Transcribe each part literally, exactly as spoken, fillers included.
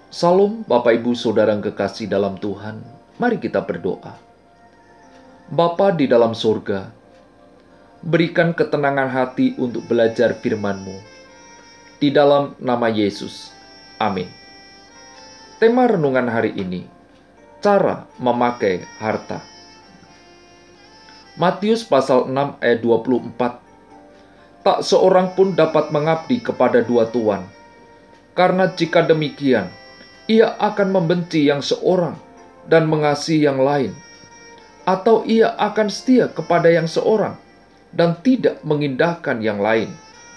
Salam Bapak Ibu Saudara yang kekasih dalam Tuhan. Mari kita berdoa. Bapa di dalam surga, berikan ketenangan hati untuk belajar firman-Mu. Di dalam nama Yesus. Amin. Tema renungan hari ini, cara memakai harta. Matius pasal enam ayat dua puluh empat. Tak seorang pun dapat mengabdi kepada dua tuan, karena jika demikian, ia akan membenci yang seorang dan mengasihi yang lain, atau ia akan setia kepada yang seorang dan tidak mengindahkan yang lain.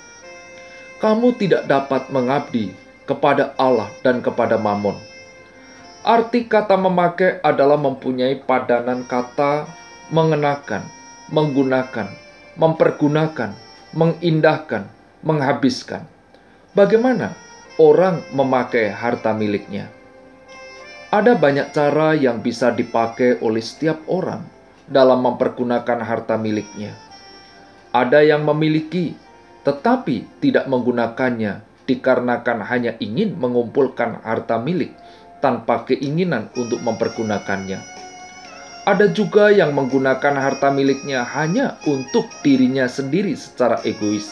Kamu tidak dapat mengabdi kepada Allah dan kepada Mammon. Arti kata memakai adalah mempunyai padanan kata mengenakan, menggunakan, mempergunakan, mengindahkan, menghabiskan. Bagaimana orang memakai harta miliknya? Ada banyak cara yang bisa dipakai oleh setiap orang dalam mempergunakan harta miliknya. Ada yang memiliki tetapi tidak menggunakannya dikarenakan hanya ingin mengumpulkan harta milik tanpa keinginan untuk mempergunakannya. Ada juga yang menggunakan harta miliknya hanya untuk dirinya sendiri secara egois.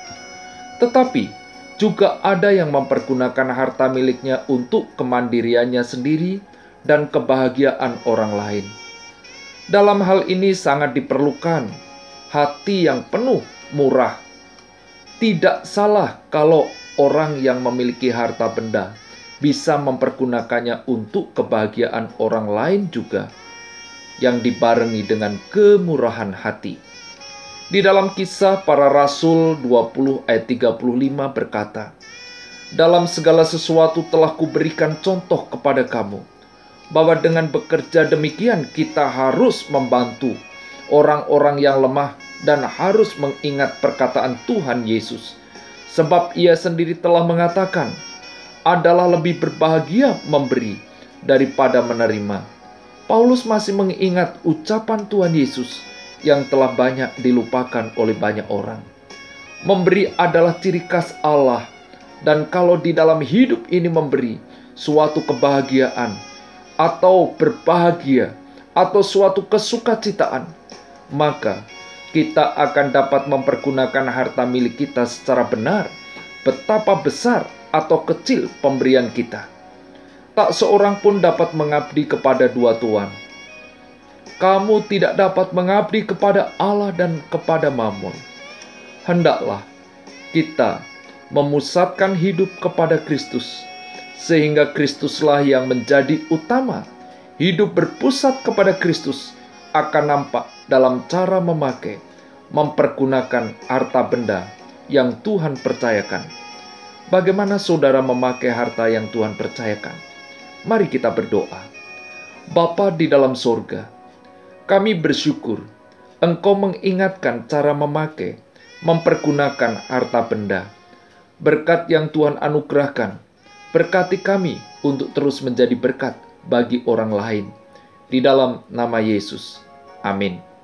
Tetapi juga ada yang mempergunakan harta miliknya untuk kemandiriannya sendiri dan kebahagiaan orang lain. Dalam hal ini sangat diperlukan hati yang penuh murah. Tidak salah kalau orang yang memiliki harta benda bisa mempergunakannya untuk kebahagiaan orang lain juga, yang dibarengi dengan kemurahan hati. Di dalam Kisah Para Rasul dua puluh ayat tiga puluh lima berkata, "Dalam segala sesuatu telah kuberikan contoh kepada kamu, bahwa dengan bekerja demikian kita harus membantu orang-orang yang lemah dan harus mengingat perkataan Tuhan Yesus. Sebab ia sendiri telah mengatakan, adalah lebih berbahagia memberi daripada menerima." Paulus masih mengingat ucapan Tuhan Yesus yang telah banyak dilupakan oleh banyak orang. Memberi adalah ciri khas Allah, dan kalau di dalam hidup ini memberi suatu kebahagiaan atau berbahagia atau suatu kesukacitaan, maka kita akan dapat mempergunakan harta milik kita secara benar, betapa besar atau kecil pemberian kita. Tak seorang pun dapat mengabdi kepada dua tuan. Kamu tidak dapat mengabdi kepada Allah dan kepada Mammon. Hendaklah kita memusatkan hidup kepada Kristus, sehingga Kristuslah yang menjadi utama. Hidup berpusat kepada Kristus akan nampak dalam cara memakai, mempergunakan harta benda yang Tuhan percayakan. Bagaimana saudara memakai harta yang Tuhan percayakan? Mari kita berdoa. Bapa di dalam sorga, kami bersyukur Engkau mengingatkan cara memakai, mempergunakan harta benda. Berkat yang Tuhan anugerahkan, berkati kami untuk terus menjadi berkat bagi orang lain. Di dalam nama Yesus. Amin.